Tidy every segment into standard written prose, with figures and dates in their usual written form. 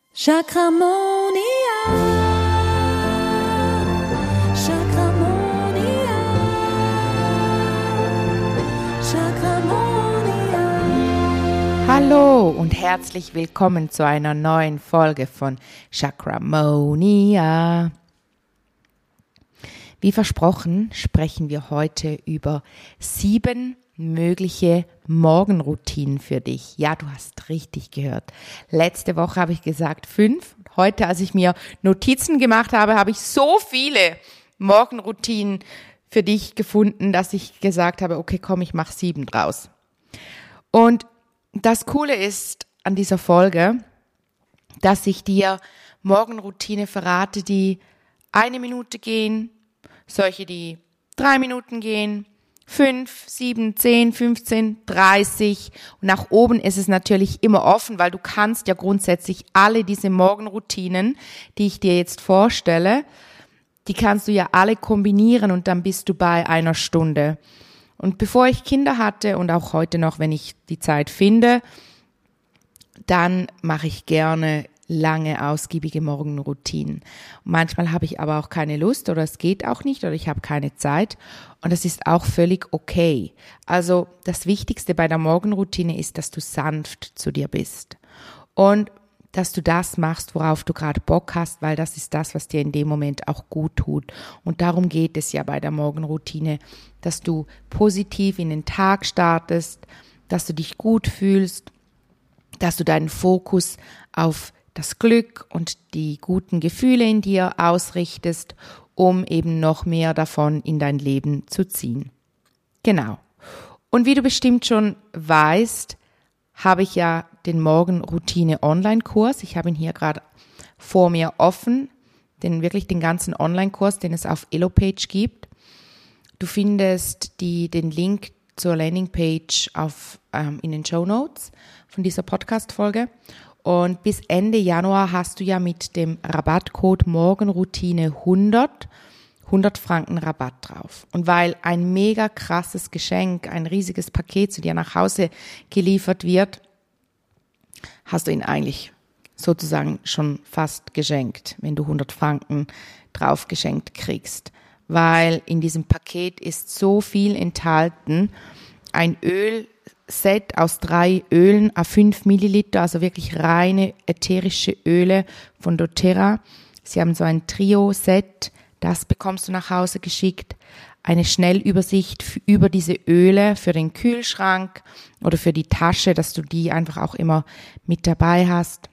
Chakramonia, Chakramonia, Chakramonia. Hallo und herzlich willkommen zu einer neuen Folge von Chakramonia. Wie versprochen sprechen wir heute über 7 mögliche Morgenroutinen für dich. Ja, du hast richtig gehört. Letzte Woche habe ich gesagt 5. Heute, als ich mir Notizen gemacht habe, habe ich so viele Morgenroutinen für dich gefunden, dass ich gesagt habe, okay, komm, ich mache 7 draus. Und das Coole ist an dieser Folge, dass ich dir Morgenroutine verrate, die 1 Minute gehen, solche, die 3 Minuten gehen, 5, 7, 10, 15, 30 und nach oben ist es natürlich immer offen, weil du kannst ja grundsätzlich alle diese Morgenroutinen, die ich dir jetzt vorstelle, die kannst du ja alle kombinieren und dann bist du bei 1 Stunde. Und bevor ich Kinder hatte und auch heute noch, wenn ich die Zeit finde, dann mache ich gerne lange, ausgiebige Morgenroutinen. Und manchmal habe ich aber auch keine Lust oder es geht auch nicht oder ich habe keine Zeit und das ist auch völlig okay. Also das Wichtigste bei der Morgenroutine ist, dass du sanft zu dir bist und dass du das machst, worauf du gerade Bock hast, weil das ist das, was dir in dem Moment auch gut tut. Und darum geht es ja bei der Morgenroutine, dass du positiv in den Tag startest, dass du dich gut fühlst, dass du deinen Fokus auf das Glück und die guten Gefühle in dir ausrichtest, um eben noch mehr davon in dein Leben zu ziehen. Genau. Und wie du bestimmt schon weißt, habe ich ja den Morgenroutine-Online-Kurs. Ich habe ihn hier gerade vor mir offen, den ganzen Online-Kurs, den es auf Elopage gibt. Du findest den Link zur Landingpage in den Shownotes von dieser Podcast-Folge. Und bis Ende Januar hast du ja mit dem Rabattcode Morgenroutine 100 Franken Rabatt drauf. Und weil ein mega krasses Geschenk, ein riesiges Paket zu dir nach Hause geliefert wird, hast du ihn eigentlich sozusagen schon fast geschenkt, wenn du 100 Franken drauf geschenkt kriegst. Weil in diesem Paket ist so viel enthalten, ein Ölset aus 3 Ölen a 5 Milliliter, also wirklich reine ätherische Öle von doTERRA. Sie haben so ein Trio-Set, das bekommst du nach Hause geschickt. Eine Schnellübersicht über diese Öle für den Kühlschrank oder für die Tasche, dass du die einfach auch immer mit dabei hast.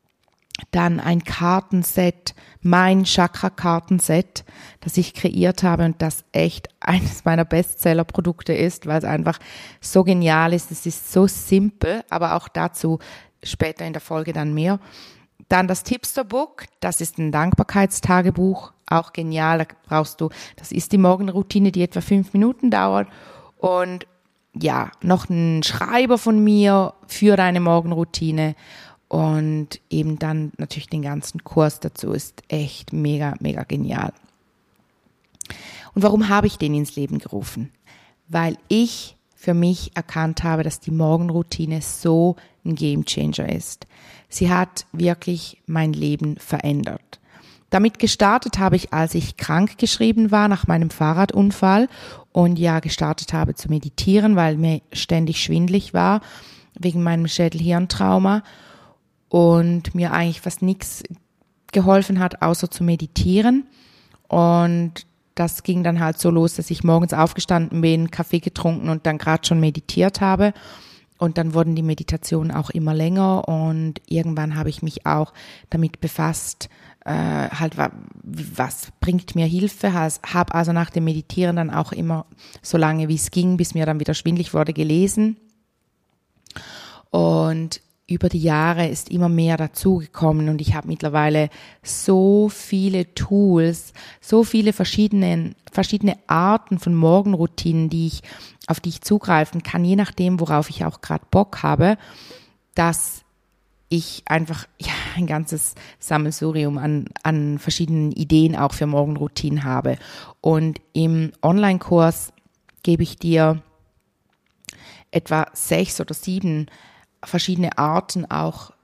Dann ein Kartenset, mein Chakra-Kartenset, das ich kreiert habe und das echt eines meiner Bestseller-Produkte ist, weil es einfach so genial ist. Es ist so simpel, aber auch dazu später in der Folge dann mehr. Dann das Tipster-Book, das ist ein Dankbarkeitstagebuch, auch genial. Das ist die Morgenroutine, die etwa 5 Minuten dauert. Und ja, noch ein Schreiber von mir für deine Morgenroutine. Und eben dann natürlich den ganzen Kurs dazu ist echt mega, mega genial. Und warum habe ich den ins Leben gerufen? Weil ich für mich erkannt habe, dass die Morgenroutine so ein Gamechanger ist. Sie hat wirklich mein Leben verändert. Damit gestartet habe ich, als ich krank geschrieben war nach meinem Fahrradunfall und ja gestartet habe zu meditieren, weil mir ständig schwindelig war wegen meinem Schädel-Hirntrauma. Und mir eigentlich fast nichts geholfen hat, außer zu meditieren. Und das ging dann halt so los, dass ich morgens aufgestanden bin, Kaffee getrunken und dann gerade schon meditiert habe. Und dann wurden die Meditationen auch immer länger und irgendwann habe ich mich auch damit befasst, was bringt mir Hilfe, habe also nach dem Meditieren dann auch immer so lange wie es ging, bis mir dann wieder schwindelig wurde, gelesen. Und über die Jahre ist immer mehr dazugekommen und ich habe mittlerweile so viele Tools, so viele verschiedene Arten von Morgenroutinen, auf die ich zugreifen kann, je nachdem, worauf ich auch gerade Bock habe, dass ich einfach ein ganzes Sammelsurium an verschiedenen Ideen auch für Morgenroutinen habe. Und im Online-Kurs gebe ich dir etwa 6 oder 7 verschiedene Arten auch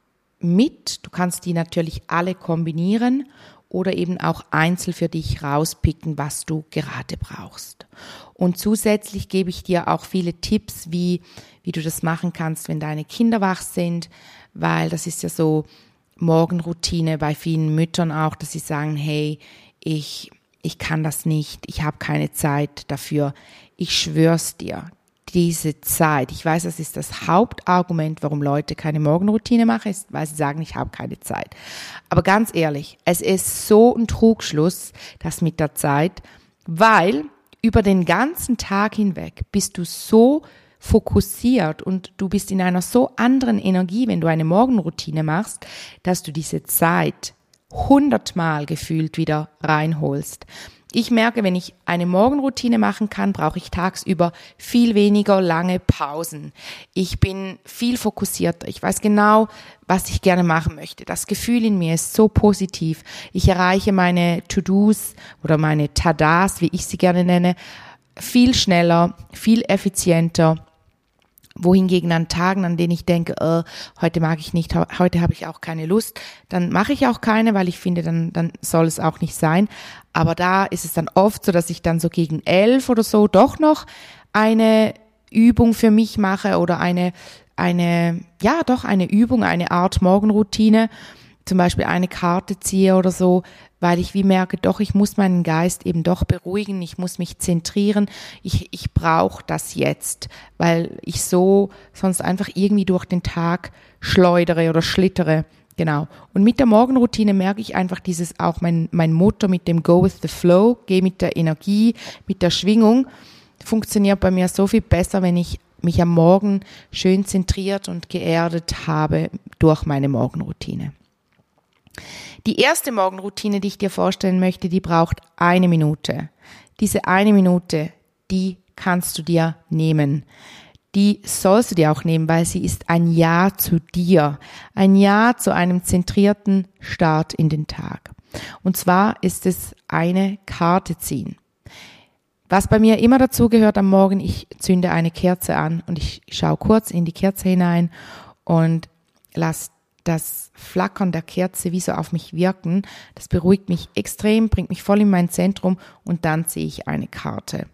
mit. Du kannst die natürlich alle kombinieren oder eben auch einzeln für dich rauspicken, was du gerade brauchst. Und zusätzlich gebe ich dir auch viele Tipps, wie du das machen kannst, wenn deine Kinder wach sind, weil das ist ja so Morgenroutine bei vielen Müttern auch, dass sie sagen, hey, ich kann das nicht, ich habe keine Zeit dafür. Ich schwör's dir, diese Zeit, ich weiß, das ist das Hauptargument, warum Leute keine Morgenroutine machen, ist, weil sie sagen, ich habe keine Zeit. Aber ganz ehrlich, es ist so ein Trugschluss, das mit der Zeit, weil über den ganzen Tag hinweg bist du so fokussiert und du bist in einer so anderen Energie, wenn du eine Morgenroutine machst, dass du diese Zeit 100-mal gefühlt wieder reinholst. Ich merke, wenn ich eine Morgenroutine machen kann, brauche ich tagsüber viel weniger lange Pausen. Ich bin viel fokussierter. Ich weiß genau, was ich gerne machen möchte. Das Gefühl in mir ist so positiv. Ich erreiche meine To-Dos oder meine Tadas, wie ich sie gerne nenne, viel schneller, viel effizienter. Wohingegen an Tagen, an denen ich denke, heute mag ich nicht, heute habe ich auch keine Lust, dann mache ich auch keine, weil ich finde, dann soll es auch nicht sein. Aber da ist es dann oft so, dass ich dann so gegen 11 oder so doch noch eine Übung für mich mache oder eine Übung, eine Art Morgenroutine, zum Beispiel eine Karte ziehe oder so, weil ich wie merke, doch, ich muss meinen Geist eben doch beruhigen, ich muss mich zentrieren, ich brauche das jetzt, weil ich so sonst einfach irgendwie durch den Tag schleudere oder schlittere. Genau. Und mit der Morgenroutine merke ich einfach dieses auch mein Motto mit dem Go with the Flow, geh mit der Energie, mit der Schwingung, funktioniert bei mir so viel besser, wenn ich mich am Morgen schön zentriert und geerdet habe durch meine Morgenroutine. Die erste Morgenroutine, die ich dir vorstellen möchte, die braucht 1 Minute. Diese 1 Minute, die kannst du dir nehmen. Die sollst du dir auch nehmen, weil sie ist ein Ja zu dir. Ein Ja zu einem zentrierten Start in den Tag. Und zwar ist es eine Karte ziehen. Was bei mir immer dazu gehört am Morgen, ich zünde eine Kerze an und ich schaue kurz in die Kerze hinein und lasse das Flackern der Kerze wie so auf mich wirken. Das beruhigt mich extrem, bringt mich voll in mein Zentrum und dann ziehe ich eine Karte.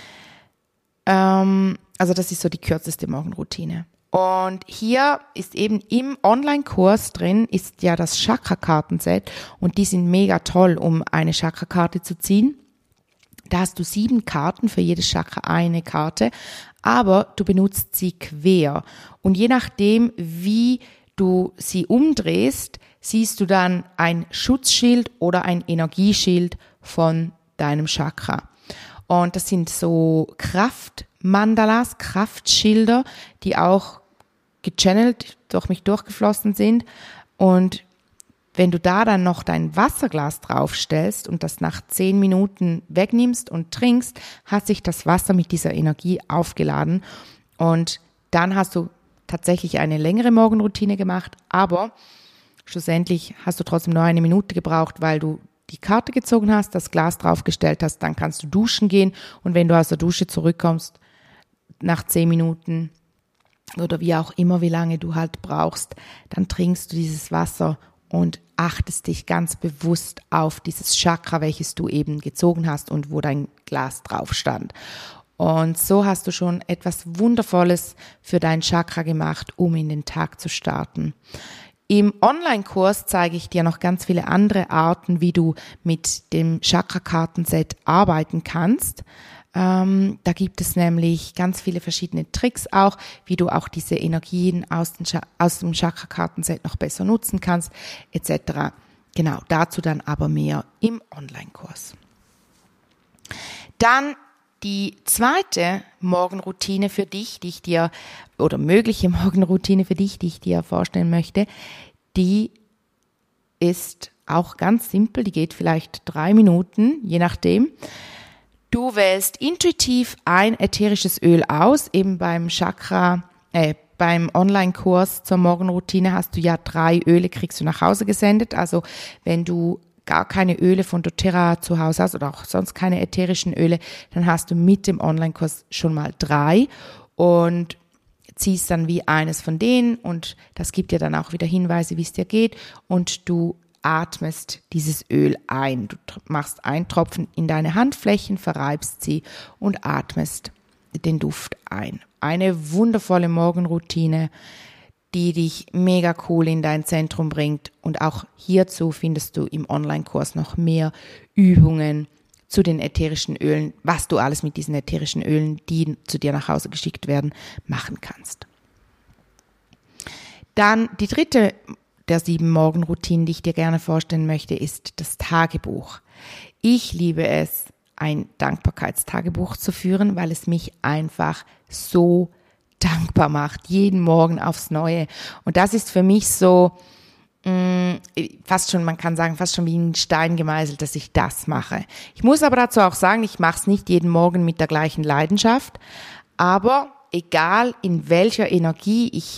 Also das ist so die kürzeste Morgenroutine. Und hier ist eben im Online-Kurs drin, ist ja das Chakra-Kartenset und die sind mega toll, um eine Chakra-Karte zu ziehen. Da hast du 7 Karten, für jedes Chakra eine Karte, aber du benutzt sie quer. Und je nachdem, wie du sie umdrehst, siehst du dann ein Schutzschild oder ein Energieschild von deinem Chakra. Und das sind so Kraftmandalas, Kraftschilder, die auch gechannelt durch mich durchgeflossen sind. Und wenn du da dann noch dein Wasserglas draufstellst und das nach 10 Minuten wegnimmst und trinkst, hat sich das Wasser mit dieser Energie aufgeladen. Und dann hast du tatsächlich eine längere Morgenroutine gemacht, aber schlussendlich hast du trotzdem nur 1 Minute gebraucht, weil du die Karte gezogen hast, das Glas draufgestellt hast, dann kannst du duschen gehen und wenn du aus der Dusche zurückkommst, nach 10 Minuten oder wie auch immer, wie lange du halt brauchst, dann trinkst du dieses Wasser und achtest dich ganz bewusst auf dieses Chakra, welches du eben gezogen hast und wo dein Glas drauf stand. Und so hast du schon etwas Wundervolles für dein Chakra gemacht, um in den Tag zu starten. Im Online-Kurs zeige ich dir noch ganz viele andere Arten, wie du mit dem Chakra-Kartenset arbeiten kannst. Da gibt es nämlich ganz viele verschiedene Tricks auch, wie du auch diese Energien aus dem Chakra-Kartenset noch besser nutzen kannst, etc. Genau, dazu dann aber mehr im Online-Kurs. Dann die zweite Morgenroutine für dich, die ich dir, oder mögliche Morgenroutine für dich, die ich dir vorstellen möchte, die ist auch ganz simpel, die geht vielleicht 3 Minuten, je nachdem. Du wählst intuitiv ein ätherisches Öl aus, eben beim beim Online-Kurs zur Morgenroutine hast du ja 3 Öle, kriegst du nach Hause gesendet, also wenn du gar keine Öle von doTERRA zu Hause hast oder auch sonst keine ätherischen Öle, dann hast du mit dem Online-Kurs schon mal 3 und ziehst dann wie eines von denen und das gibt dir dann auch wieder Hinweise, wie es dir geht und du atmest dieses Öl ein. Du machst einen Tropfen in deine Handflächen, verreibst sie und atmest den Duft ein. Eine wundervolle Morgenroutine, die dich mega cool in dein Zentrum bringt. Und auch hierzu findest du im Online-Kurs noch mehr Übungen zu den ätherischen Ölen, was du alles mit diesen ätherischen Ölen, die zu dir nach Hause geschickt werden, machen kannst. Dann die dritte der 7 Morgenroutinen, die ich dir gerne vorstellen möchte, ist das Tagebuch. Ich liebe es, ein Dankbarkeitstagebuch zu führen, weil es mich einfach so dankbar macht, jeden Morgen aufs Neue. Und das ist für mich so fast schon, man kann sagen, fast schon wie ein Stein gemeißelt, dass ich das mache. Ich muss aber dazu auch sagen, ich mache es nicht jeden Morgen mit der gleichen Leidenschaft, aber egal in welcher Energie ich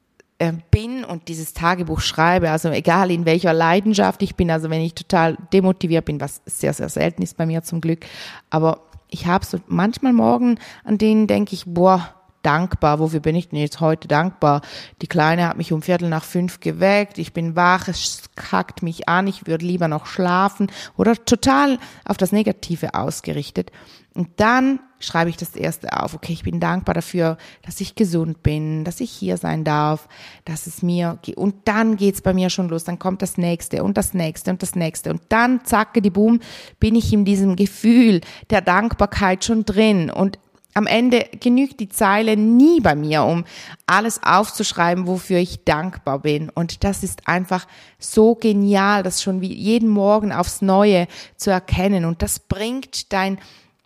bin und dieses Tagebuch schreibe, also egal in welcher Leidenschaft ich bin, also wenn ich total demotiviert bin, was sehr, sehr selten ist bei mir zum Glück, aber ich habe so manchmal Morgen, an denen denke ich, dankbar, wofür bin ich denn jetzt heute dankbar? Die Kleine hat mich um 4:45 geweckt, ich bin wach, es kackt mich an, ich würde lieber noch schlafen oder total auf das Negative ausgerichtet. Und dann schreibe ich das erste auf. Okay, ich bin dankbar dafür, dass ich gesund bin, dass ich hier sein darf, dass es mir geht. Und dann geht's bei mir schon los. Dann kommt das Nächste und das Nächste und das Nächste. Und dann, zacke die Boom, bin ich in diesem Gefühl der Dankbarkeit schon drin. Und am Ende genügt die Zeile nie bei mir, um alles aufzuschreiben, wofür ich dankbar bin. Und das ist einfach so genial, das schon wie jeden Morgen aufs Neue zu erkennen. Und das bringt dein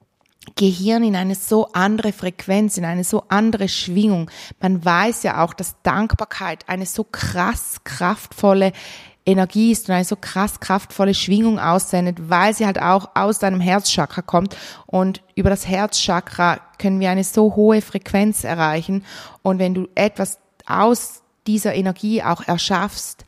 Gehirn in eine so andere Frequenz, in eine so andere Schwingung. Man weiß ja auch, dass Dankbarkeit eine so krass kraftvolle Energie ist und eine so krass kraftvolle Schwingung aussendet, weil sie halt auch aus deinem Herzchakra kommt und über das Herzchakra können wir eine so hohe Frequenz erreichen und wenn du etwas aus dieser Energie auch erschaffst,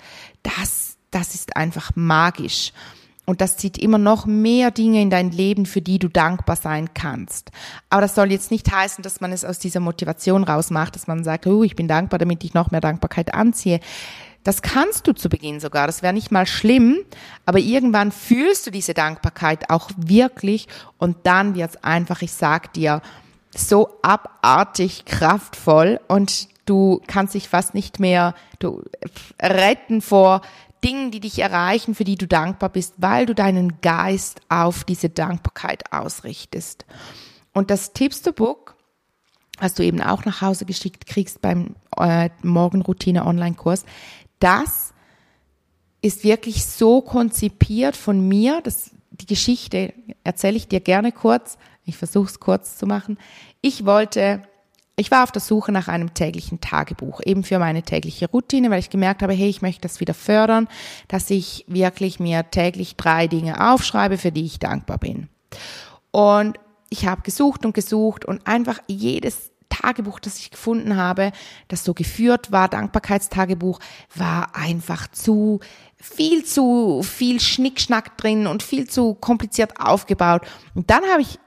das ist einfach magisch. Und das zieht immer noch mehr Dinge in dein Leben, für die du dankbar sein kannst. Aber das soll jetzt nicht heißen, dass man es aus dieser Motivation rausmacht, dass man sagt, ich bin dankbar, damit ich noch mehr Dankbarkeit anziehe. Das kannst du zu Beginn sogar, das wäre nicht mal schlimm, aber irgendwann fühlst du diese Dankbarkeit auch wirklich und dann wird es einfach, ich sag dir, so abartig kraftvoll und du kannst dich fast nicht mehr retten vor Dingen, die dich erreichen, für die du dankbar bist, weil du deinen Geist auf diese Dankbarkeit ausrichtest. Und das Tips to Book, was du eben auch nach Hause geschickt kriegst beim Morgenroutine Online-Kurs, das ist wirklich so konzipiert von mir, die Geschichte erzähle ich dir gerne kurz, ich versuche es kurz zu machen. Ich war auf der Suche nach einem täglichen Tagebuch, eben für meine tägliche Routine, weil ich gemerkt habe, ich möchte das wieder fördern, dass ich wirklich mir täglich 3 Dinge aufschreibe, für die ich dankbar bin. Und ich habe gesucht und einfach jedes Tagebuch, das ich gefunden habe, das so geführt war, Dankbarkeitstagebuch, war einfach zu viel Schnickschnack drin und viel zu kompliziert aufgebaut. Und dann habe ich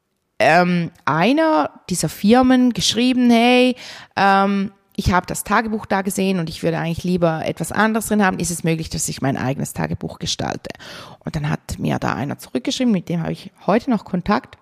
einer dieser Firmen geschrieben, ich habe das Tagebuch da gesehen und ich würde eigentlich lieber etwas anderes drin haben. Ist es möglich, dass ich mein eigenes Tagebuch gestalte? Und dann hat mir da einer zurückgeschrieben, mit dem habe ich heute noch Kontakt.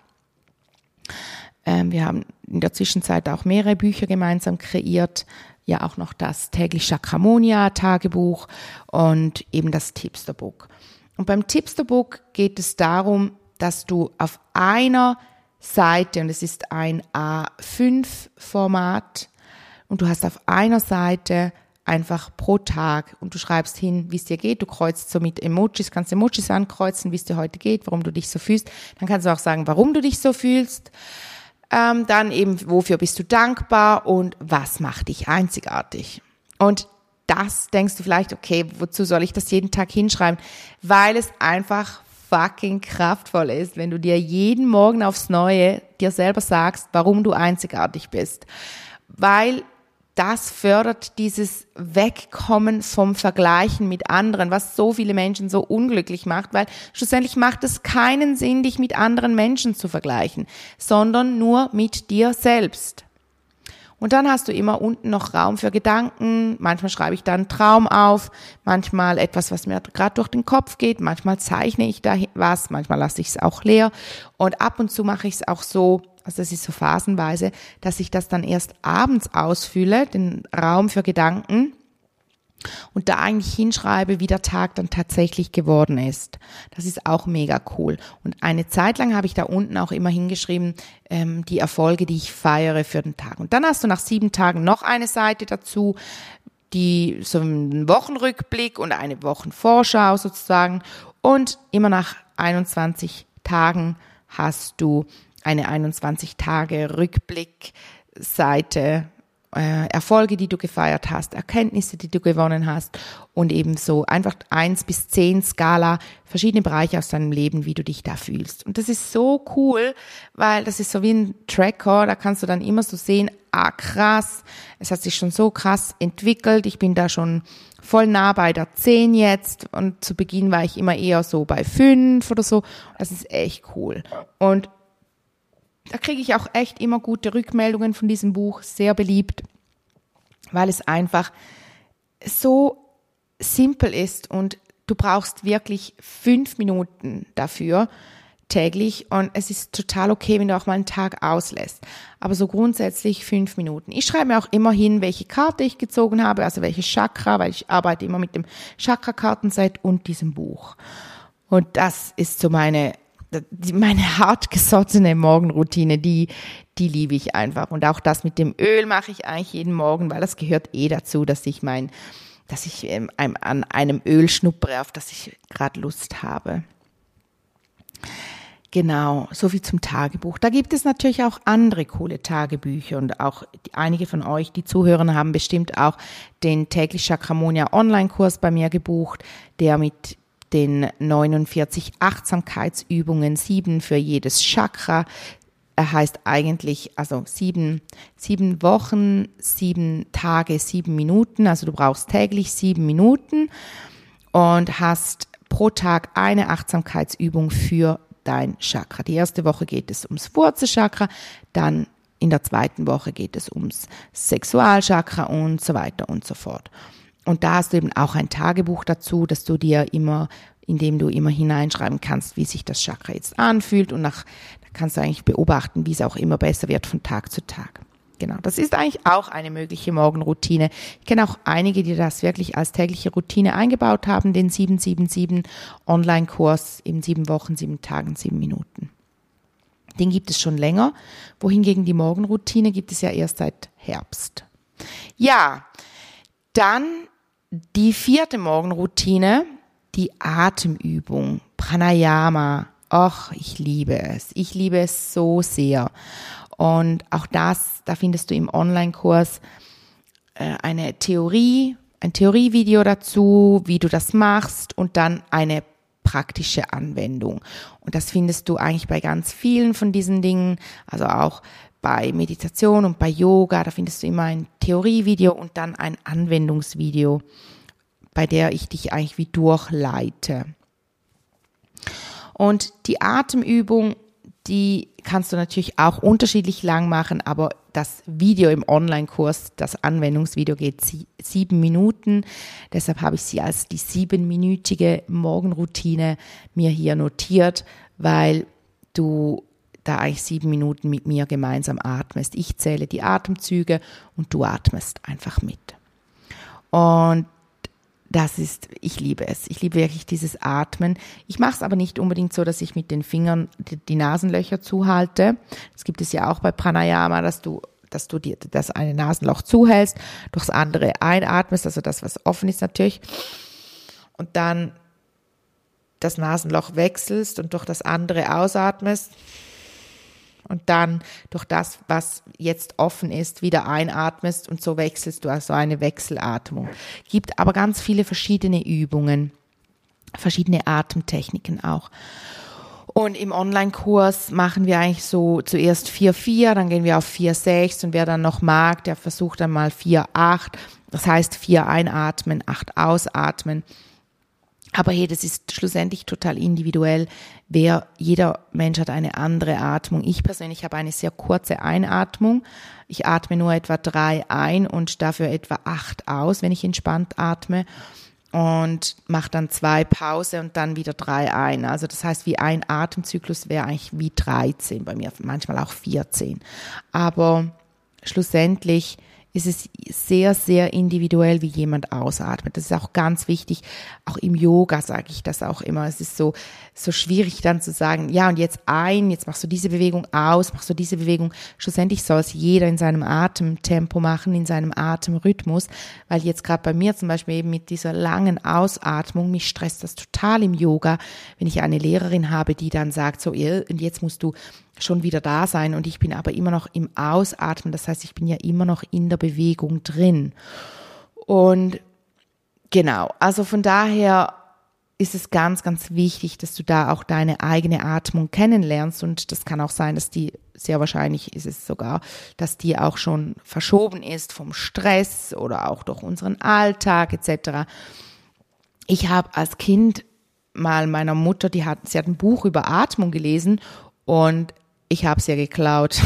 Wir haben in der Zwischenzeit auch mehrere Bücher gemeinsam kreiert, ja auch noch das täglich Chakramonia Tagebuch und eben das Tipster Book. Und beim Tipster Book geht es darum, dass du auf einer Seite, und es ist ein A5-Format, und du hast auf einer Seite einfach pro Tag und du schreibst hin, wie es dir geht, du kreuzt so mit Emojis, kannst Emojis ankreuzen, wie es dir heute geht, warum du dich so fühlst, dann kannst du auch sagen, warum du dich so fühlst, dann eben, wofür bist du dankbar und was macht dich einzigartig. Und das denkst du vielleicht, okay, wozu soll ich das jeden Tag hinschreiben? Weil es einfach fucking kraftvoll ist, wenn du dir jeden Morgen aufs Neue dir selber sagst, warum du einzigartig bist. Weil das fördert dieses Wegkommen vom Vergleichen mit anderen, was so viele Menschen so unglücklich macht, weil schlussendlich macht es keinen Sinn, dich mit anderen Menschen zu vergleichen, sondern nur mit dir selbst. Und dann hast du immer unten noch Raum für Gedanken. Manchmal schreibe ich dann einen Traum auf, manchmal etwas, was mir gerade durch den Kopf geht, manchmal zeichne ich da was, manchmal lasse ich es auch leer. Und ab und zu mache ich es auch so, also das ist so phasenweise, dass ich das dann erst abends ausfülle, den Raum für Gedanken, und da eigentlich hinschreibe, wie der Tag dann tatsächlich geworden ist. Das ist auch mega cool. Und eine Zeit lang habe ich da unten auch immer hingeschrieben, die Erfolge, die ich feiere für den Tag. Und dann hast du nach 7 Tagen noch eine Seite dazu, die so einen Wochenrückblick und eine Wochenvorschau sozusagen. Und immer nach 21 Tagen hast du eine 21-Tage-Rückblick-Seite, Erfolge, die du gefeiert hast, Erkenntnisse, die du gewonnen hast und eben so einfach 1 bis 10 Skala, verschiedene Bereiche aus deinem Leben, wie du dich da fühlst. Und das ist so cool, weil das ist so wie ein Tracker, da kannst du dann immer so sehen, krass, es hat sich schon so krass entwickelt, ich bin da schon voll nah bei der 10 jetzt und zu Beginn war ich immer eher so bei 5 oder so. Das ist echt cool. Und da kriege ich auch echt immer gute Rückmeldungen von diesem Buch, sehr beliebt, weil es einfach so simpel ist und du brauchst wirklich 5 Minuten dafür täglich und es ist total okay, wenn du auch mal einen Tag auslässt. Aber so grundsätzlich 5 Minuten. Ich schreibe mir auch immer hin, welche Karte ich gezogen habe, also welche Chakra, weil ich arbeite immer mit dem Chakra-Kartenset und diesem Buch. Und das ist so meine hartgesottene Morgenroutine, die liebe ich einfach. Und auch das mit dem Öl mache ich eigentlich jeden Morgen, weil das gehört dazu, dass ich an einem Öl schnuppere, auf das ich gerade Lust habe. Genau, soviel zum Tagebuch. Da gibt es natürlich auch andere coole Tagebücher und auch einige von euch, die zuhören, haben bestimmt auch den täglich Chakramonia Online-Kurs bei mir gebucht, der mit den 49 Achtsamkeitsübungen, 7 für jedes Chakra. Er heißt eigentlich, also 7 Wochen, 7 Tage, 7 Minuten. Also du brauchst täglich 7 Minuten und hast pro Tag eine Achtsamkeitsübung für dein Chakra. Die erste Woche geht es ums Wurzelchakra, dann in der zweiten Woche geht es ums Sexualchakra und so weiter und so fort. Und da hast du eben auch ein Tagebuch dazu, dass du dir in dem du immer hineinschreiben kannst, wie sich das Chakra jetzt anfühlt und da kannst du eigentlich beobachten, wie es auch immer besser wird von Tag zu Tag. Genau, das ist eigentlich auch eine mögliche Morgenroutine. Ich kenne auch einige, die das wirklich als tägliche Routine eingebaut haben, den 777 Online-Kurs in 7 Wochen, 7 Tagen, 7 Minuten. Den gibt es schon länger, wohingegen die Morgenroutine gibt es ja erst seit Herbst. Ja, dann die 4. Morgenroutine, die Atemübung, Pranayama. Och, ich liebe es. Ich liebe es so sehr. Und auch da findest du im Online-Kurs ein Theorievideo dazu, wie du das machst und dann eine praktische Anwendung. Und das findest du eigentlich bei ganz vielen von diesen Dingen, also auch bei Meditation und bei Yoga, da findest du immer ein Theorievideo und dann ein Anwendungsvideo, bei der ich dich eigentlich wie durchleite. Und die Atemübung, die kannst du natürlich auch unterschiedlich lang machen, aber das Video im Online-Kurs, das Anwendungsvideo geht 7 Minuten. Deshalb habe ich sie als die 7-minütige Morgenroutine mir hier notiert, weil du da eigentlich 7 Minuten mit mir gemeinsam atmest. Ich zähle die Atemzüge und du atmest einfach mit. Und ich liebe es. Ich liebe wirklich dieses Atmen. Ich mache es aber nicht unbedingt so, dass ich mit den Fingern die Nasenlöcher zuhalte. Das gibt es ja auch bei Pranayama, dass du dir das eine Nasenloch zuhältst, durchs andere einatmest, also das, was offen ist natürlich, und dann das Nasenloch wechselst und durch das andere ausatmest. Und dann durch das, was jetzt offen ist, wieder einatmest und so wechselst du, also eine Wechselatmung. Gibt aber ganz viele verschiedene Übungen, verschiedene Atemtechniken auch. Und im Online-Kurs machen wir eigentlich so zuerst 4-4, dann gehen wir auf 4-6 und wer dann noch mag, der versucht dann mal 4-8. Das heißt 4 einatmen, 8 ausatmen. Aber hey, das ist schlussendlich total individuell. Jeder Mensch hat eine andere Atmung. Ich persönlich habe eine sehr kurze Einatmung. Ich atme nur etwa 3 ein und dafür etwa 8 aus, wenn ich entspannt atme. Und mache dann 2 Pause und dann wieder 3 ein. Also das heißt, wie ein Atemzyklus wäre eigentlich wie 13, bei mir manchmal auch 14. Aber schlussendlich ist es sehr, sehr individuell, wie jemand ausatmet. Das ist auch ganz wichtig. Auch im Yoga sage ich das auch immer. Es ist so schwierig dann zu sagen, ja und jetzt machst du diese Bewegung aus, machst du diese Bewegung. Schlussendlich soll es jeder in seinem Atemtempo machen, in seinem Atemrhythmus. Weil jetzt gerade bei mir zum Beispiel eben mit dieser langen Ausatmung, mich stresst das total im Yoga, wenn ich eine Lehrerin habe, die dann sagt, so, und jetzt musst du schon wieder da sein und ich bin aber immer noch im Ausatmen, das heißt, ich bin ja immer noch in der Bewegung drin. Und genau, also von daher ist es ganz, ganz wichtig, dass du da auch deine eigene Atmung kennenlernst und das kann auch sein, dass die, sehr wahrscheinlich ist es sogar, dass die auch schon verschoben ist vom Stress oder auch durch unseren Alltag etc. Ich habe als Kind mal meiner Mutter, sie hat ein Buch über Atmung gelesen und ich habe es ja geklaut.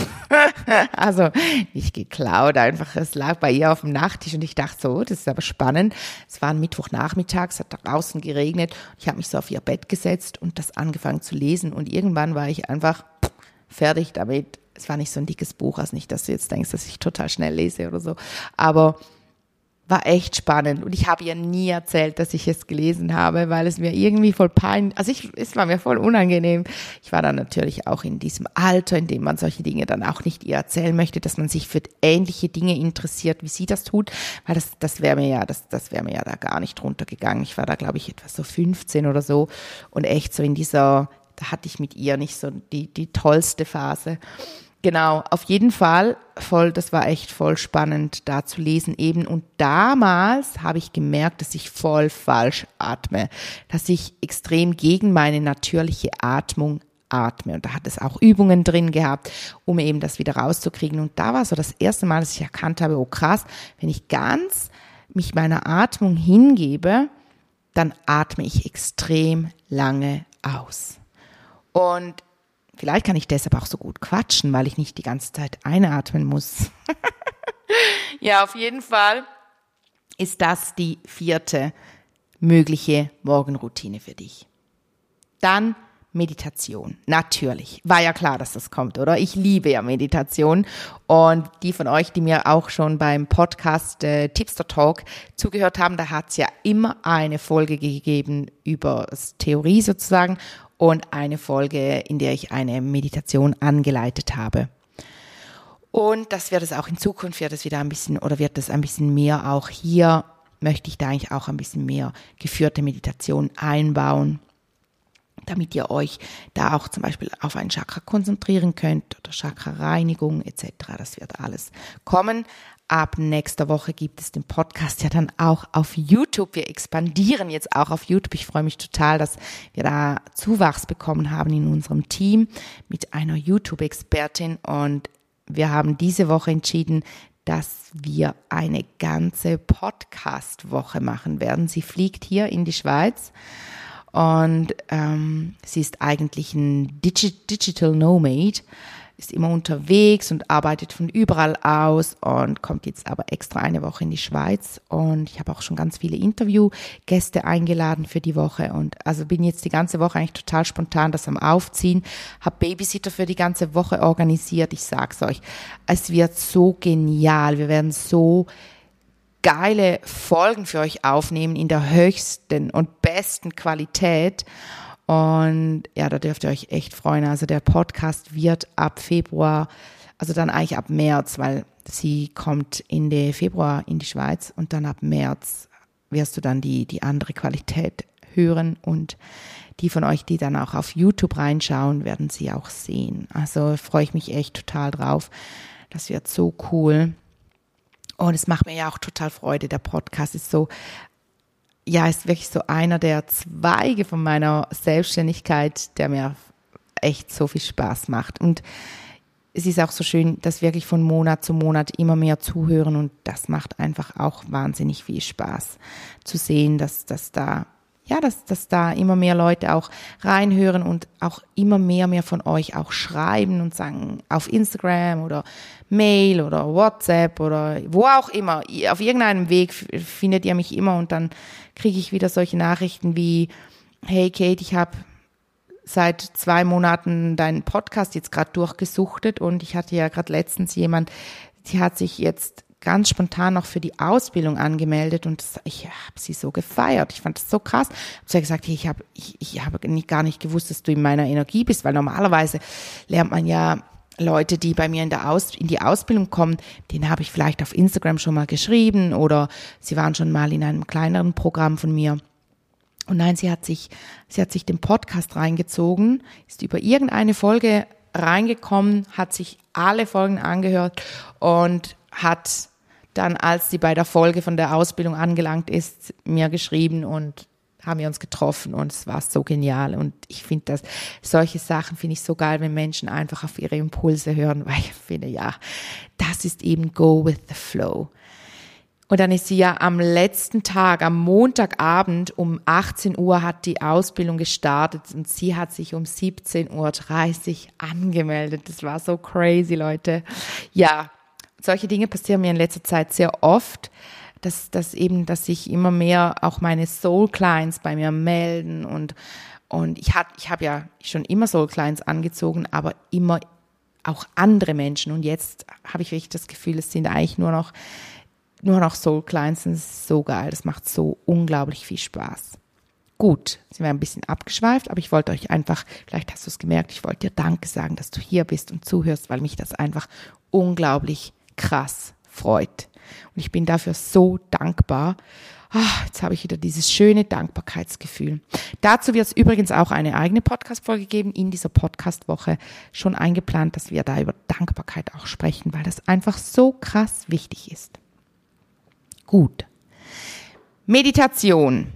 Also nicht geklaut, einfach es lag bei ihr auf dem Nachttisch und ich dachte so, das ist aber spannend. Es war ein Mittwochnachmittag, es hat draußen geregnet. Ich habe mich so auf ihr Bett gesetzt und das angefangen zu lesen und irgendwann war ich einfach fertig damit. Es war nicht so ein dickes Buch, also nicht, dass du jetzt denkst, dass ich total schnell lese oder so, aber war echt spannend und ich habe ihr nie erzählt, dass ich es gelesen habe, weil es mir irgendwie voll peinlich, es war mir voll unangenehm. Ich war dann natürlich auch in diesem Alter, in dem man solche Dinge dann auch nicht ihr erzählen möchte, dass man sich für ähnliche Dinge interessiert, wie sie das tut, weil das wäre mir ja da gar nicht runtergegangen. Ich war da, glaube ich, etwa so 15 oder so und echt so da hatte ich mit ihr nicht so die tollste Phase. Genau, auf jeden Fall das war echt voll spannend da zu lesen eben und damals habe ich gemerkt, dass ich voll falsch atme, dass ich extrem gegen meine natürliche Atmung atme und da hat es auch Übungen drin gehabt, um eben das wieder rauszukriegen und da war so das erste Mal, dass ich erkannt habe, oh krass, wenn ich ganz mich meiner Atmung hingebe, dann atme ich extrem lange aus und vielleicht kann ich deshalb auch so gut quatschen, weil ich nicht die ganze Zeit einatmen muss. Ja, auf jeden Fall ist das die 4. mögliche Morgenroutine für dich. Dann Meditation. Natürlich. War ja klar, dass das kommt, oder? Ich liebe ja Meditation. Und die von euch, die mir auch schon beim Podcast Tipster Talk zugehört haben, da hat es ja immer eine Folge gegeben über Theorie sozusagen und eine Folge, in der ich eine Meditation angeleitet habe. Und das wird es auch in Zukunft, wird es ein bisschen mehr auch hier, möchte ich da eigentlich auch ein bisschen mehr geführte Meditation einbauen, damit ihr euch da auch zum Beispiel auf ein Chakra konzentrieren könnt oder Chakra-Reinigung etc. Das wird alles kommen. Ab nächster Woche gibt es den Podcast ja dann auch auf YouTube. Wir expandieren jetzt auch auf YouTube. Ich freue mich total, dass wir da Zuwachs bekommen haben in unserem Team mit einer YouTube-Expertin. Und wir haben diese Woche entschieden, dass wir eine ganze Podcast-Woche machen werden. Sie fliegt hier in die Schweiz und sie ist eigentlich ein Digital Nomad, ist immer unterwegs und arbeitet von überall aus und kommt jetzt aber extra eine Woche in die Schweiz und ich habe auch schon ganz viele Interviewgäste eingeladen für die Woche und also bin jetzt die ganze Woche eigentlich total spontan das am Aufziehen, habe Babysitter für die ganze Woche organisiert, ich sag's euch, es wird so genial, wir werden so geile Folgen für euch aufnehmen in der höchsten und besten Qualität. Und ja, da dürft ihr euch echt freuen. Also der Podcast wird ab Februar, also dann eigentlich ab März, weil sie kommt Ende Februar in die Schweiz und dann ab März wirst du dann die andere Qualität hören und die von euch, die dann auch auf YouTube reinschauen, werden sie auch sehen. Also freue ich mich echt total drauf. Das wird so cool. Und es macht mir ja auch total Freude. Der Podcast ist so, ja, ist wirklich so einer der Zweige von meiner Selbstständigkeit, der mir echt so viel Spaß macht. Und es ist auch so schön, dass wirklich von Monat zu Monat immer mehr zuhören und das macht einfach auch wahnsinnig viel Spaß zu sehen, dass da dass da immer mehr Leute auch reinhören und auch immer mehr von euch auch schreiben und sagen auf Instagram oder Mail oder WhatsApp oder wo auch immer. Auf irgendeinem Weg findet ihr mich immer und dann kriege ich wieder solche Nachrichten wie, hey Kate, ich habe seit 2 Monaten deinen Podcast jetzt gerade durchgesuchtet und ich hatte ja gerade letztens jemand, die hat sich jetzt ganz spontan noch für die Ausbildung angemeldet und ich habe sie so gefeiert. Ich fand das so krass. Ich habe gesagt, ich habe gar nicht gewusst, dass du in meiner Energie bist, weil normalerweise lernt man ja Leute, die bei mir in die Ausbildung kommen, denen habe ich vielleicht auf Instagram schon mal geschrieben oder sie waren schon mal in einem kleineren Programm von mir. Und nein, sie hat sich den Podcast reingezogen, ist über irgendeine Folge reingekommen, hat sich alle Folgen angehört und hat dann, als sie bei der Folge von der Ausbildung angelangt ist, mir geschrieben und haben wir uns getroffen und es war so genial. Und ich finde solche Sachen finde ich so geil, wenn Menschen einfach auf ihre Impulse hören, weil ich finde, ja, das ist eben Go with the Flow. Und dann ist sie ja am letzten Tag, am Montagabend um 18 Uhr hat die Ausbildung gestartet und sie hat sich um 17:30 Uhr angemeldet. Das war so crazy, Leute. Ja, solche Dinge passieren mir in letzter Zeit sehr oft, dass sich immer mehr auch meine Soul Clients bei mir melden und ich habe ja schon immer Soul Clients angezogen, aber immer auch andere Menschen und jetzt habe ich wirklich das Gefühl, es sind eigentlich nur noch Soul Clients und das ist so geil, das macht so unglaublich viel Spaß. Gut, sind wir ein bisschen abgeschweift, aber ich wollte euch einfach, vielleicht hast du es gemerkt, ich wollte dir Danke sagen, dass du hier bist und zuhörst, weil mich das einfach unglaublich krass freut. Und ich bin dafür so dankbar. Jetzt habe ich wieder dieses schöne Dankbarkeitsgefühl. Dazu wird es übrigens auch eine eigene Podcast-Folge geben, in dieser Podcast-Woche schon eingeplant, dass wir da über Dankbarkeit auch sprechen, weil das einfach so krass wichtig ist. Gut. Meditation.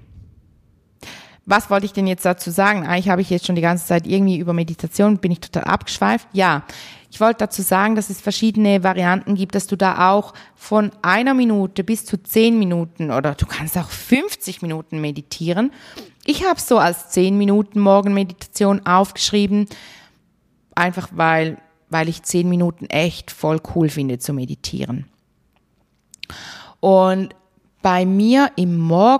Was wollte ich denn jetzt dazu sagen? Eigentlich habe ich jetzt schon die ganze Zeit irgendwie über Meditation, bin ich total abgeschweift. Ja, ich wollte dazu sagen, dass es verschiedene Varianten gibt, dass du da auch von 1 Minute bis zu 10 Minuten oder du kannst auch 50 Minuten meditieren. Ich habe so als 10 Minuten Morgenmeditation aufgeschrieben, einfach weil ich 10 Minuten echt voll cool finde zu meditieren. Und bei mir im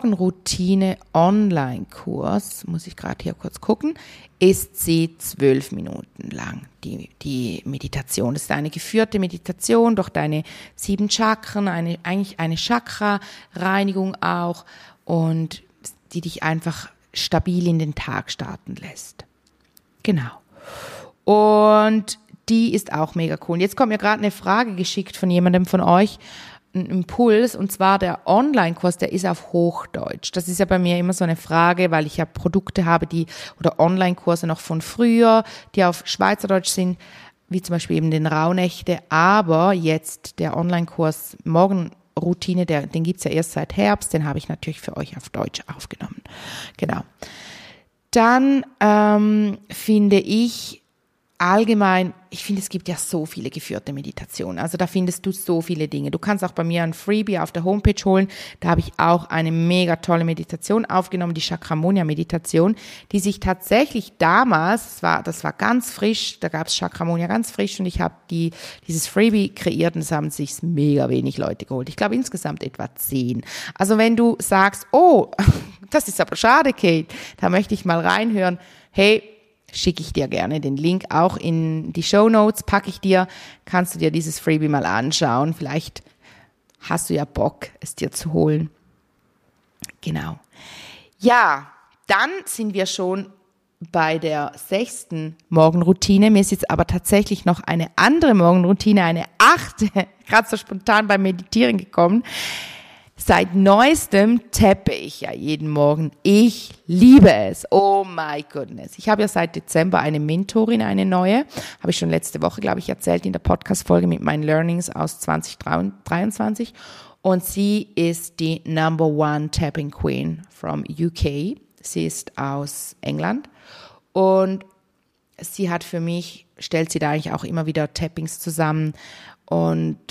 Morgenroutine-Online-Kurs, muss ich gerade hier kurz gucken, ist sie 12 Minuten lang, die Meditation. Das ist eine geführte Meditation durch deine 7 Chakren, eigentlich eine Chakra-Reinigung auch und die dich einfach stabil in den Tag starten lässt. Genau. Und die ist auch mega cool. Und jetzt kommt mir gerade eine Frage geschickt von jemandem von euch, ein Impuls, und zwar der Online-Kurs, der ist auf Hochdeutsch. Das ist ja bei mir immer so eine Frage, weil ich ja Produkte habe, oder Online-Kurse noch von früher, die auf Schweizerdeutsch sind, wie zum Beispiel eben den Rauhnächte, aber jetzt der Online-Kurs Morgenroutine, den gibt's ja erst seit Herbst, den habe ich natürlich für euch auf Deutsch aufgenommen. Genau. Dann finde ich allgemein, es gibt ja so viele geführte Meditationen. Also da findest du so viele Dinge. Du kannst auch bei mir ein Freebie auf der Homepage holen. Da habe ich auch eine mega tolle Meditation aufgenommen, die Chakramonia-Meditation, die sich tatsächlich damals, das war ganz frisch, da gab es Chakramonia ganz frisch und ich habe dieses Freebie kreiert und es haben sich mega wenig Leute geholt. Ich glaube insgesamt etwa 10. Also wenn du sagst, oh, das ist aber schade, Kate, da möchte ich mal reinhören, hey, schicke ich dir gerne den Link auch in die Shownotes, packe ich dir, kannst du dir dieses Freebie mal anschauen. Vielleicht hast du ja Bock, es dir zu holen. Genau. Ja, dann sind wir schon bei der 6. Morgenroutine. Mir ist jetzt aber tatsächlich noch eine andere Morgenroutine, eine 8. gerade so spontan beim Meditieren gekommen. Seit neuestem tappe ich ja jeden Morgen. Ich liebe es. Oh my goodness. Ich habe ja seit Dezember eine Mentorin, eine neue. Habe ich schon letzte Woche, glaube ich, erzählt in der Podcast-Folge mit meinen Learnings aus 2023. Und sie ist die Number 1 Tapping Queen from UK. Sie ist aus England. Und sie hat für mich, stellt sie da eigentlich auch immer wieder Tappings zusammen. Und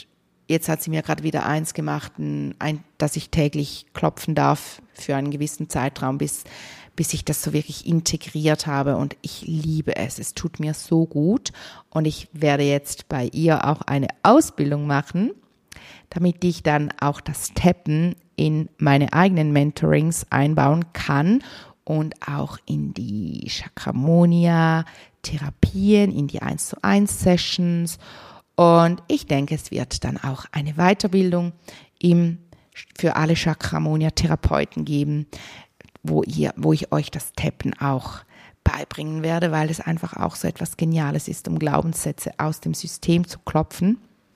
jetzt hat sie mir gerade wieder eins gemacht, dass ich täglich klopfen darf für einen gewissen Zeitraum, bis ich das so wirklich integriert habe, und ich liebe es. Es tut mir so gut, und ich werde jetzt bei ihr auch eine Ausbildung machen, damit ich dann auch das Tappen in meine eigenen Mentorings einbauen kann und auch in die Chakramonia-Therapien, in die 1:1 Sessions. Und ich denke, es wird dann auch eine Weiterbildung für alle Chakramonia-Therapeuten geben, wo ich euch das Tappen auch beibringen werde, weil es einfach auch so etwas Geniales ist, um Glaubenssätze aus dem System zu klopfen.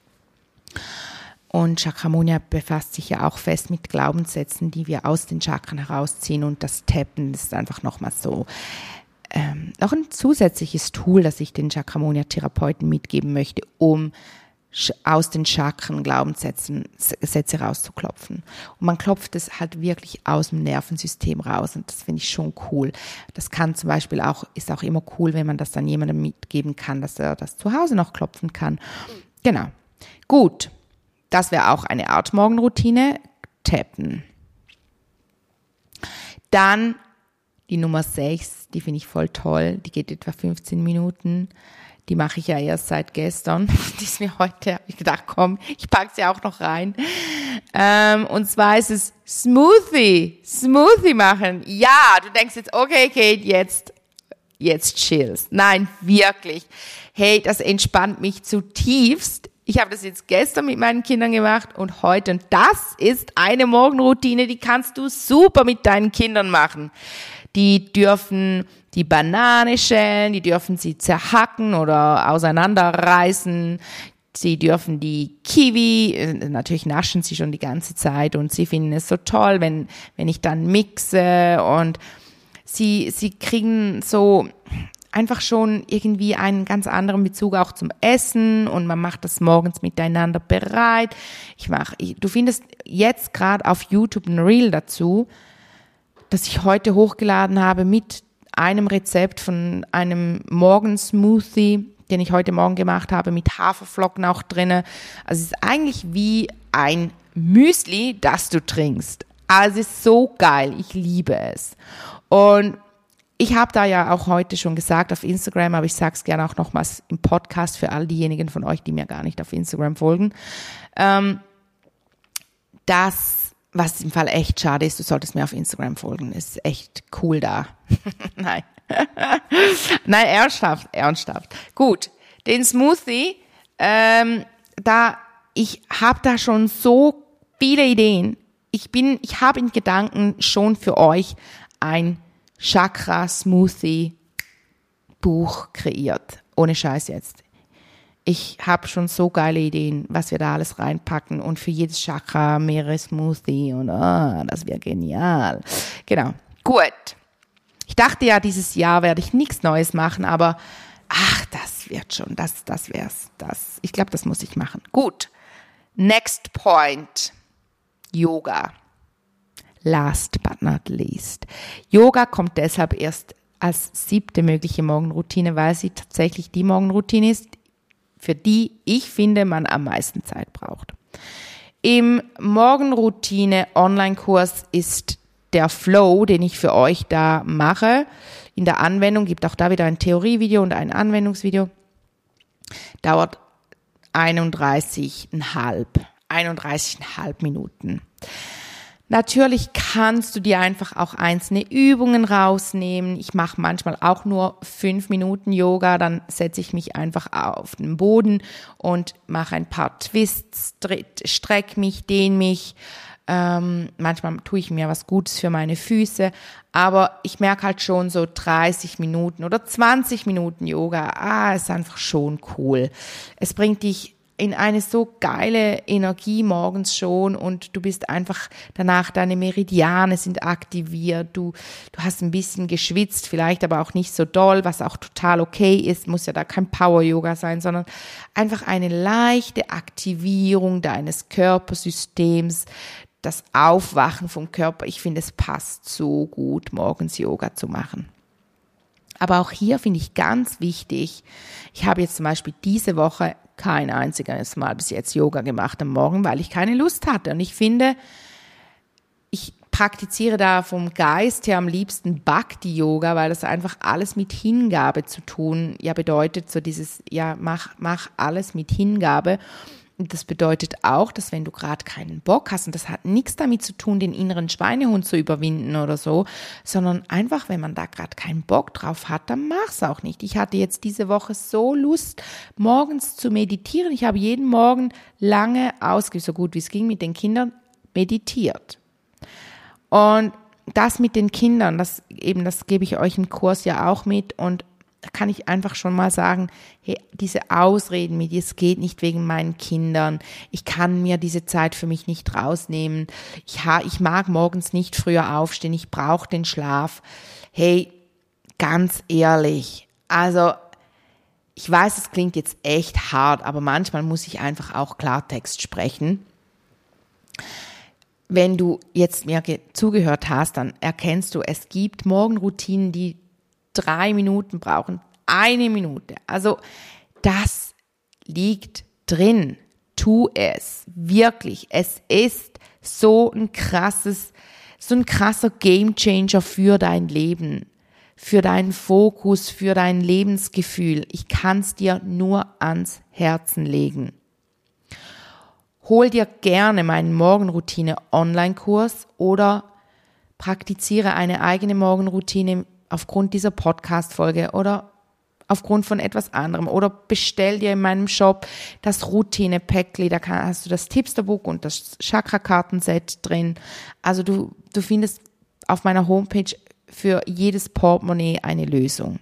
Und Chakramonia befasst sich ja auch fest mit Glaubenssätzen, die wir aus den Chakren herausziehen, und das Tappen ist einfach nochmal so noch ein zusätzliches Tool, das ich den Chakramonia-Therapeuten mitgeben möchte, um aus den Chakren Glaubenssätze rauszuklopfen. Und man klopft es halt wirklich aus dem Nervensystem raus, und das finde ich schon cool. Das kann zum Beispiel ist auch immer cool, wenn man das dann jemandem mitgeben kann, dass er das zu Hause noch klopfen kann. Genau. Gut. Das wäre auch eine Art Morgenroutine. Tappen. Dann die Nummer 6, die finde ich voll toll. Die geht etwa 15 Minuten. Die mache ich ja erst seit gestern. Die ist mir heute, habe ich gedacht, komm, ich packe sie auch noch rein. Und zwar ist es Smoothie machen. Ja, du denkst jetzt, okay, Kate, jetzt chillst. Nein, wirklich. Hey, das entspannt mich zutiefst. Ich habe das jetzt gestern mit meinen Kindern gemacht und heute. Und das ist eine Morgenroutine, die kannst du super mit deinen Kindern machen. Die dürfen die Banane schälen, die dürfen sie zerhacken oder auseinanderreißen. Sie dürfen die Kiwi, natürlich naschen sie schon die ganze Zeit, und sie finden es so toll, wenn ich dann mixe, und sie kriegen so einfach schon irgendwie einen ganz anderen Bezug auch zum Essen, und man macht das morgens miteinander bereit. Du findest jetzt gerade auf YouTube ein Reel dazu, das ich heute hochgeladen habe mit einem Rezept von einem Morgensmoothie, den ich heute Morgen gemacht habe, mit Haferflocken auch drinne. Also es ist eigentlich wie ein Müsli, das du trinkst. Also es ist so geil, ich liebe es. Und ich habe da ja auch heute schon gesagt auf Instagram, aber ich sage es gerne auch nochmals im Podcast für all diejenigen von euch, die mir gar nicht auf Instagram folgen, was im Fall echt schade ist, du solltest mir auf Instagram folgen, ist echt cool da. Nein. Nein, ernsthaft. Gut, den Smoothie, ich habe da schon so viele Ideen. Ich habe in Gedanken schon für euch ein Chakra-Smoothie-Buch kreiert. Ohne Scheiß jetzt. Ich habe schon so geile Ideen, was wir da alles reinpacken, und für jedes Chakra mehrere Smoothie, und das wäre genial. Genau, gut. Ich dachte ja, dieses Jahr werde ich nichts Neues machen, aber das wird schon, das wär's. Ich glaube, das muss ich machen. Gut, next point, Yoga. Last but not least. Yoga kommt deshalb erst als 7. mögliche Morgenroutine, weil sie tatsächlich die Morgenroutine ist, für die ich finde, man am meisten Zeit braucht. Im Morgenroutine-Online-Kurs ist der Flow, den ich für euch da mache, in der Anwendung, gibt auch da wieder ein Theorievideo und ein Anwendungsvideo, dauert 31,5 Minuten. Natürlich kannst du dir einfach auch einzelne Übungen rausnehmen. Ich mache manchmal auch nur 5 Minuten Yoga, dann setze ich mich einfach auf den Boden und mache ein paar Twists, strecke mich, dehne mich. Manchmal tue ich mir was Gutes für meine Füße, aber ich merke halt schon so 30 Minuten oder 20 Minuten Yoga, ist einfach schon cool. Es bringt dich in eine so geile Energie morgens schon, und du bist einfach danach, deine Meridiane sind aktiviert, du hast ein bisschen geschwitzt, vielleicht aber auch nicht so doll, was auch total okay ist, muss ja da kein Power-Yoga sein, sondern einfach eine leichte Aktivierung deines Körpersystems, das Aufwachen vom Körper. Ich finde, es passt so gut, morgens Yoga zu machen. Aber auch hier finde ich ganz wichtig, ich habe jetzt zum Beispiel diese Woche kein einziges Mal bis jetzt Yoga gemacht am Morgen, weil ich keine Lust hatte. Und ich finde, ich praktiziere da vom Geist her am liebsten Bhakti-Yoga, weil das einfach alles mit Hingabe zu tun, ja bedeutet, so dieses, ja mach alles mit Hingabe. Und das bedeutet auch, dass wenn du gerade keinen Bock hast, und das hat nichts damit zu tun, den inneren Schweinehund zu überwinden oder so, sondern einfach, wenn man da gerade keinen Bock drauf hat, dann mach's auch nicht. Ich hatte jetzt diese Woche so Lust, morgens zu meditieren. Ich habe jeden Morgen lange so gut wie es ging, mit den Kindern meditiert. Und das mit den Kindern, das gebe ich euch im Kurs ja auch mit, und da kann ich einfach schon mal sagen, hey, diese Ausreden mit, es geht nicht wegen meinen Kindern, ich kann mir diese Zeit für mich nicht rausnehmen, ich mag morgens nicht früher aufstehen, ich brauche den Schlaf. Hey, ganz ehrlich, also ich weiß, es klingt jetzt echt hart, aber manchmal muss ich einfach auch Klartext sprechen. Wenn du jetzt mir zugehört hast, dann erkennst du, es gibt Morgenroutinen, die 3 Minuten brauchen, 1 Minute. Also das liegt drin. Tu es. Wirklich. Es ist so ein krasser Gamechanger für dein Leben, für deinen Fokus, für dein Lebensgefühl. Ich kann es dir nur ans Herzen legen. Hol dir gerne meinen Morgenroutine-Online-Kurs oder praktiziere eine eigene Morgenroutine aufgrund dieser Podcast-Folge oder aufgrund von etwas anderem, oder bestell dir in meinem Shop das Routine-Päckli, da hast du das Tipsterbook und das Chakra-Kartenset drin. Also du findest auf meiner Homepage für jedes Portemonnaie eine Lösung.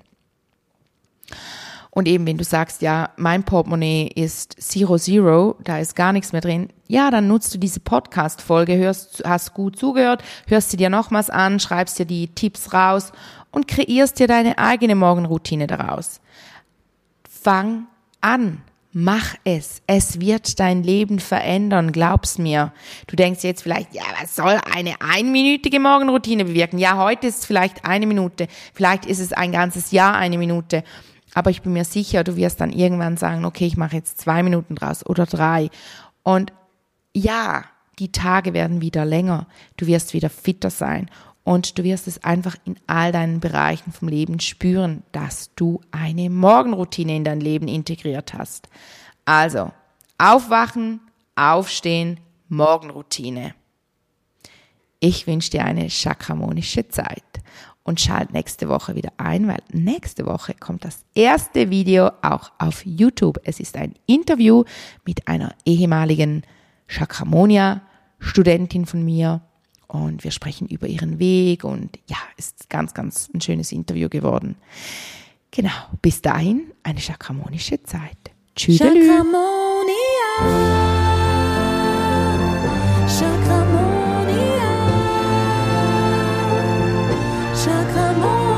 Und eben, wenn du sagst, ja, mein Portemonnaie ist 0, da ist gar nichts mehr drin, ja, dann nutzt du diese Podcast-Folge, hast gut zugehört, hörst sie dir nochmals an, schreibst dir die Tipps raus und kreierst dir deine eigene Morgenroutine daraus. Fang an, mach es. Es wird dein Leben verändern, glaub's mir. Du denkst jetzt vielleicht, ja, was soll eine einminütige Morgenroutine bewirken? Ja, heute ist es vielleicht 1 Minute, vielleicht ist es ein ganzes Jahr 1 Minute. Aber ich bin mir sicher, du wirst dann irgendwann sagen, okay, ich mache jetzt 2 Minuten draus oder 3. Und ja, die Tage werden wieder länger. Du wirst wieder fitter sein. Und du wirst es einfach in all deinen Bereichen vom Leben spüren, dass du eine Morgenroutine in dein Leben integriert hast. Also, aufwachen, aufstehen, Morgenroutine. Ich wünsche dir eine chakramonische Zeit. Und schalt nächste Woche wieder ein, weil nächste Woche kommt das erste Video auch auf YouTube. Es ist ein Interview mit einer ehemaligen Chakramonia-Studentin von mir. Und wir sprechen über ihren Weg und ja, ist ganz, ganz ein schönes Interview geworden. Genau, bis dahin eine chakramonische Zeit. Tschüss. Chakramonia.